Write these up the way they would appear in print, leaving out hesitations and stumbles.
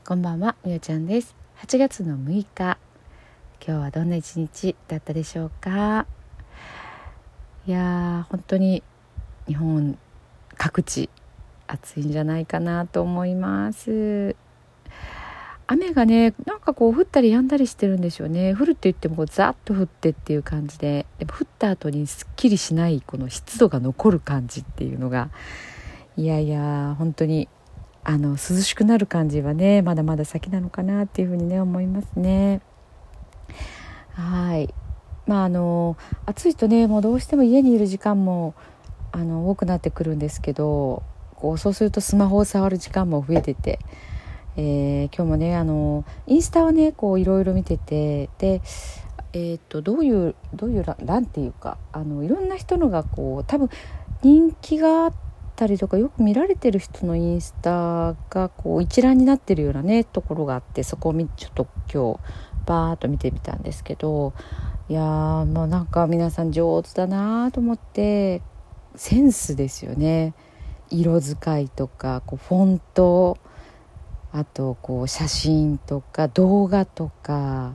こんばんは、みよちゃんです。8月の6日、今日はどんな一日だったでしょうか。いや本当に日本各地暑いんじゃないかなと思います。雨がね、なんかこう降ったり止んだりしてるんでしょうね。降るって言ってもザッと降ってっていう感じで、でも降った後にすっきりしないこの湿度が残る感じっていうのが、本当に涼しくなる感じはね、まだまだ先なのかなっていうふうにね思いますね。はい。暑いとね、もうどうしても家にいる時間も多くなってくるんですけど、そうするとスマホを触る時間も増えてて、今日もねインスタはねいろいろ見てて、でどういう欄っていうかいろんな人のが多分人気があったりとかよく見られてる人のインスタが一覧になってるようなねところがあって、そこをちょっと今日バーッと見てみたんですけど、もうなんか皆さん上手だなと思って、センスですよね。色使いとかフォント、あと写真とか動画とか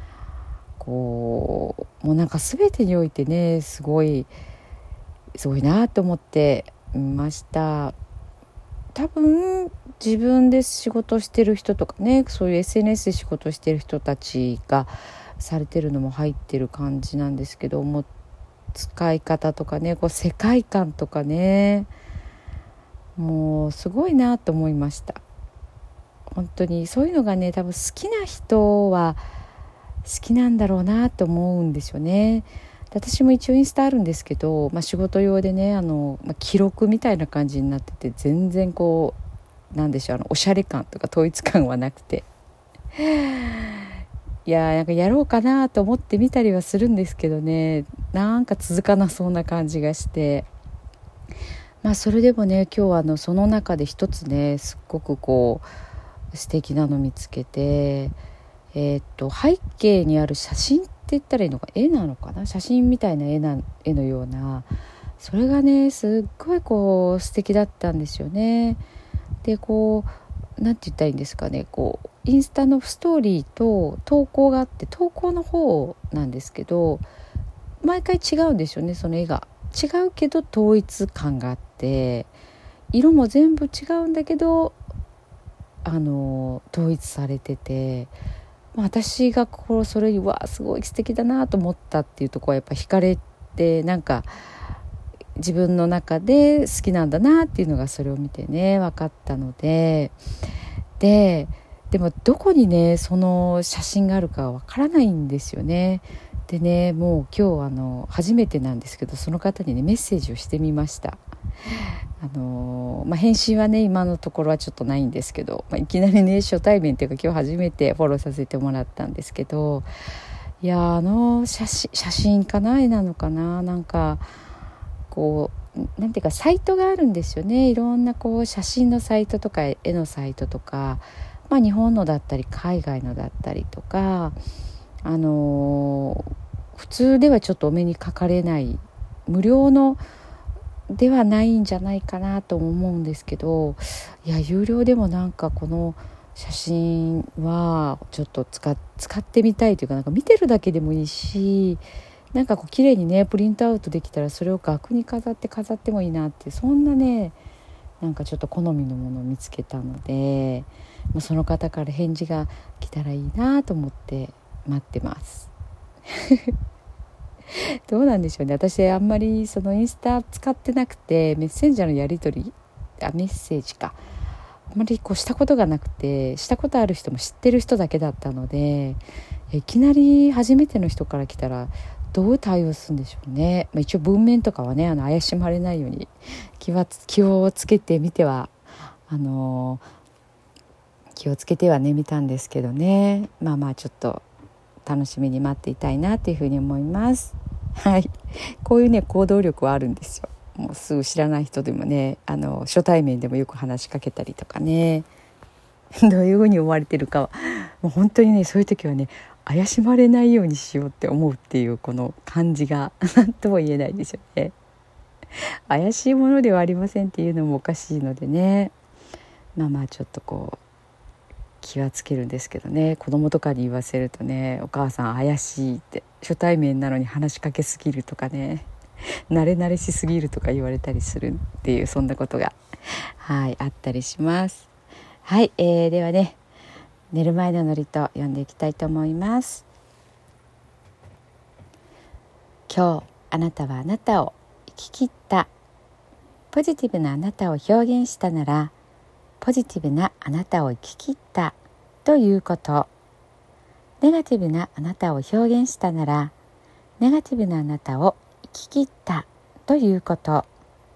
もうなんか全てにおいてねすごいなと思って見ました。多分自分で仕事してる人とかね、そういう SNS で仕事してる人たちがされてるのも入ってる感じなんですけども、使い方とかね世界観とかね、もうすごいなと思いました。本当にそういうのがね多分好きな人は好きなんだろうなと思うんですよね。私も一応インスタあるんですけど、仕事用でね記録みたいな感じになってて、全然なんでしょう、おしゃれ感とか統一感はなくてなんかやろうかなと思ってみたりはするんですけどね、なんか続かなそうな感じがして、それでもね今日はその中で一つねすっごく素敵なの見つけて、背景にある写真って言ったらいいのか、絵なのかな、写真みたいな絵のような、それがねすっごい素敵だったんですよね。でなんて言ったらいいんですかね、インスタのストーリーと投稿があって、投稿の方なんですけど毎回違うんですよね。その絵が違うけど統一感があって、色も全部違うんだけど統一されてて、私がそれにすごい素敵だなと思ったっていうところはやっぱ惹かれて、なんか自分の中で好きなんだなっていうのがそれを見てね分かったので、でもどこにねその写真があるかわからないんですよね。でね、もう今日初めてなんですけど、その方にねメッセージをしてみました。返信はね今のところはちょっとないんですけど、いきなりね初対面っていうか今日初めてフォローさせてもらったんですけど、写真かな、絵なのかな、なんかなんていうかサイトがあるんですよね。いろんな写真のサイトとか絵のサイトとか、日本のだったり海外のだったりとか、普通ではちょっとお目にかかれない無料のではないんじゃないかなと思うんですけど、有料でもなんかこの写真はちょっと使ってみたいというか、なんか見てるだけでもいいし、なんか綺麗にねプリントアウトできたらそれを額に飾ってもいいなっていう、そんなねなんかちょっと好みのものを見つけたので、その方から返事が来たらいいなと思って待ってますどうなんでしょうね。私あんまりそのインスタ使ってなくて、メッセンジャーのやり取りメッセージかあんまりしたことがなくて、したことある人も知ってる人だけだったので、いきなり初めての人から来たらどう対応するんでしょうね。一応文面とかはね怪しまれないように気をつけてみては気をつけてはね見たんですけどね、ちょっと楽しみに待っていたいなっていうふうに思います。はい、こういうね行動力はあるんですよ。もうすぐ知らない人でもね初対面でもよく話しかけたりとかねどういうふうに思われてるかはもう本当にね、そういう時はね怪しまれないようにしようって思うっていうこの感じが何とも言えないですよね。怪しいものではありませんっていうのもおかしいのでね、ちょっと気はつけるんですけどね、子供とかに言わせるとね、お母さん怪しいって、初対面なのに話しかけすぎるとかね、慣れしすぎるとか言われたりするっていう、そんなことがあったりします。ではね、寝る前の祝詞読んでいきたいと思います。今日あなたはあなたを生き切った。ポジティブなあなたを表現したなら、ポジティブなあなたを生き切ったということ。ネガティブなあなたを表現したなら、ネガティブなあなたを生き切ったということ。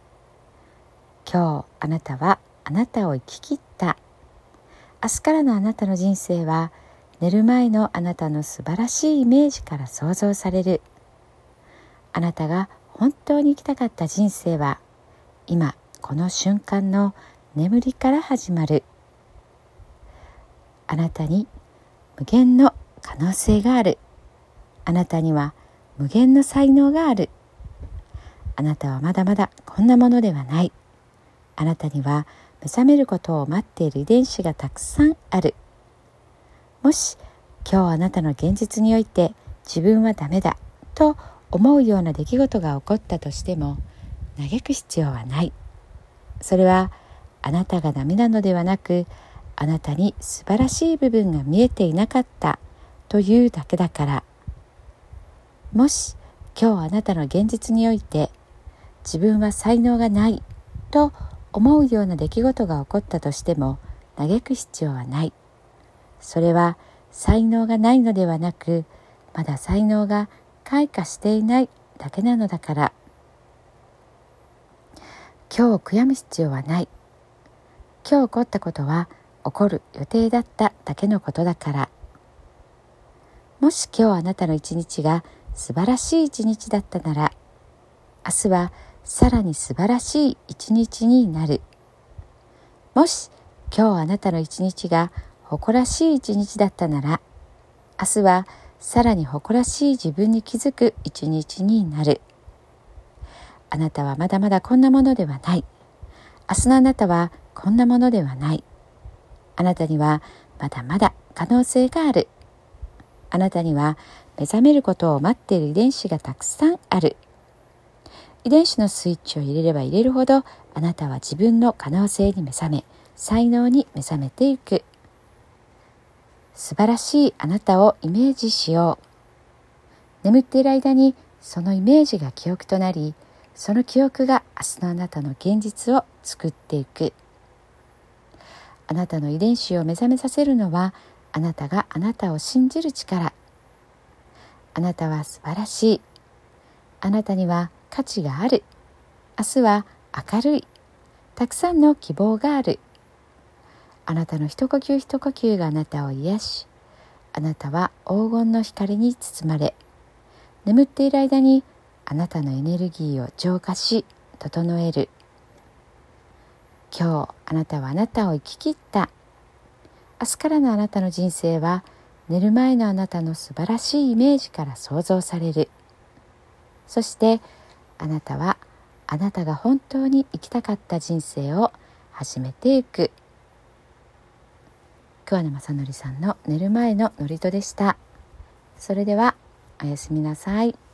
今日あなたはあなたを生き切った。明日からのあなたの人生は、寝る前のあなたの素晴らしいイメージから想像される。あなたが本当に生きたかった人生は、今この瞬間の眠りから始まる。あなたに無限の可能性がある。あなたには無限の才能がある。あなたはまだまだこんなものではない。あなたには目覚めることを待っている遺伝子がたくさんある。もし今日あなたの現実において自分はダメだと思うような出来事が起こったとしても、嘆く必要はない。それはあなたがダメなのではなく、あなたに素晴らしい部分が見えていなかったというだけだから。もし今日あなたの現実において自分は才能がないと思うような出来事が起こったとしても、嘆く必要はない。それは才能がないのではなく、まだ才能が開花していないだけなのだから。今日悔やむ必要はない。今日起こったことは起こる予定だっただけのことだから。もし今日あなたの一日が素晴らしい一日だったなら、明日はさらに素晴らしい一日になる。もし今日あなたの一日が誇らしい一日だったなら、明日はさらに誇らしい自分に気づく一日になる。あなたはまだまだこんなものではない。明日のあなたはこんなものではない。あなたにはまだまだ可能性がある。あなたには目覚めることを待っている遺伝子がたくさんある。遺伝子のスイッチを入れれば入れるほど、あなたは自分の可能性に目覚め、才能に目覚めていく。素晴らしいあなたをイメージしよう。眠っている間にそのイメージが記憶となり、その記憶が明日のあなたの現実を作っていく。あなたの遺伝子を目覚めさせるのは、あなたがあなたを信じる力。あなたは素晴らしい。あなたには価値がある。明日は明るい。たくさんの希望がある。あなたの一呼吸一呼吸があなたを癒し、あなたは黄金の光に包まれ、眠っている間にあなたのエネルギーを浄化し、整える。今日あなたはあなたを生き切った。明日からのあなたの人生は、寝る前のあなたの素晴らしいイメージから想像される。そしてあなたはあなたが本当に生きたかった人生を始めていく。桑名正則さんの寝る前の祝詞でした。それではおやすみなさい。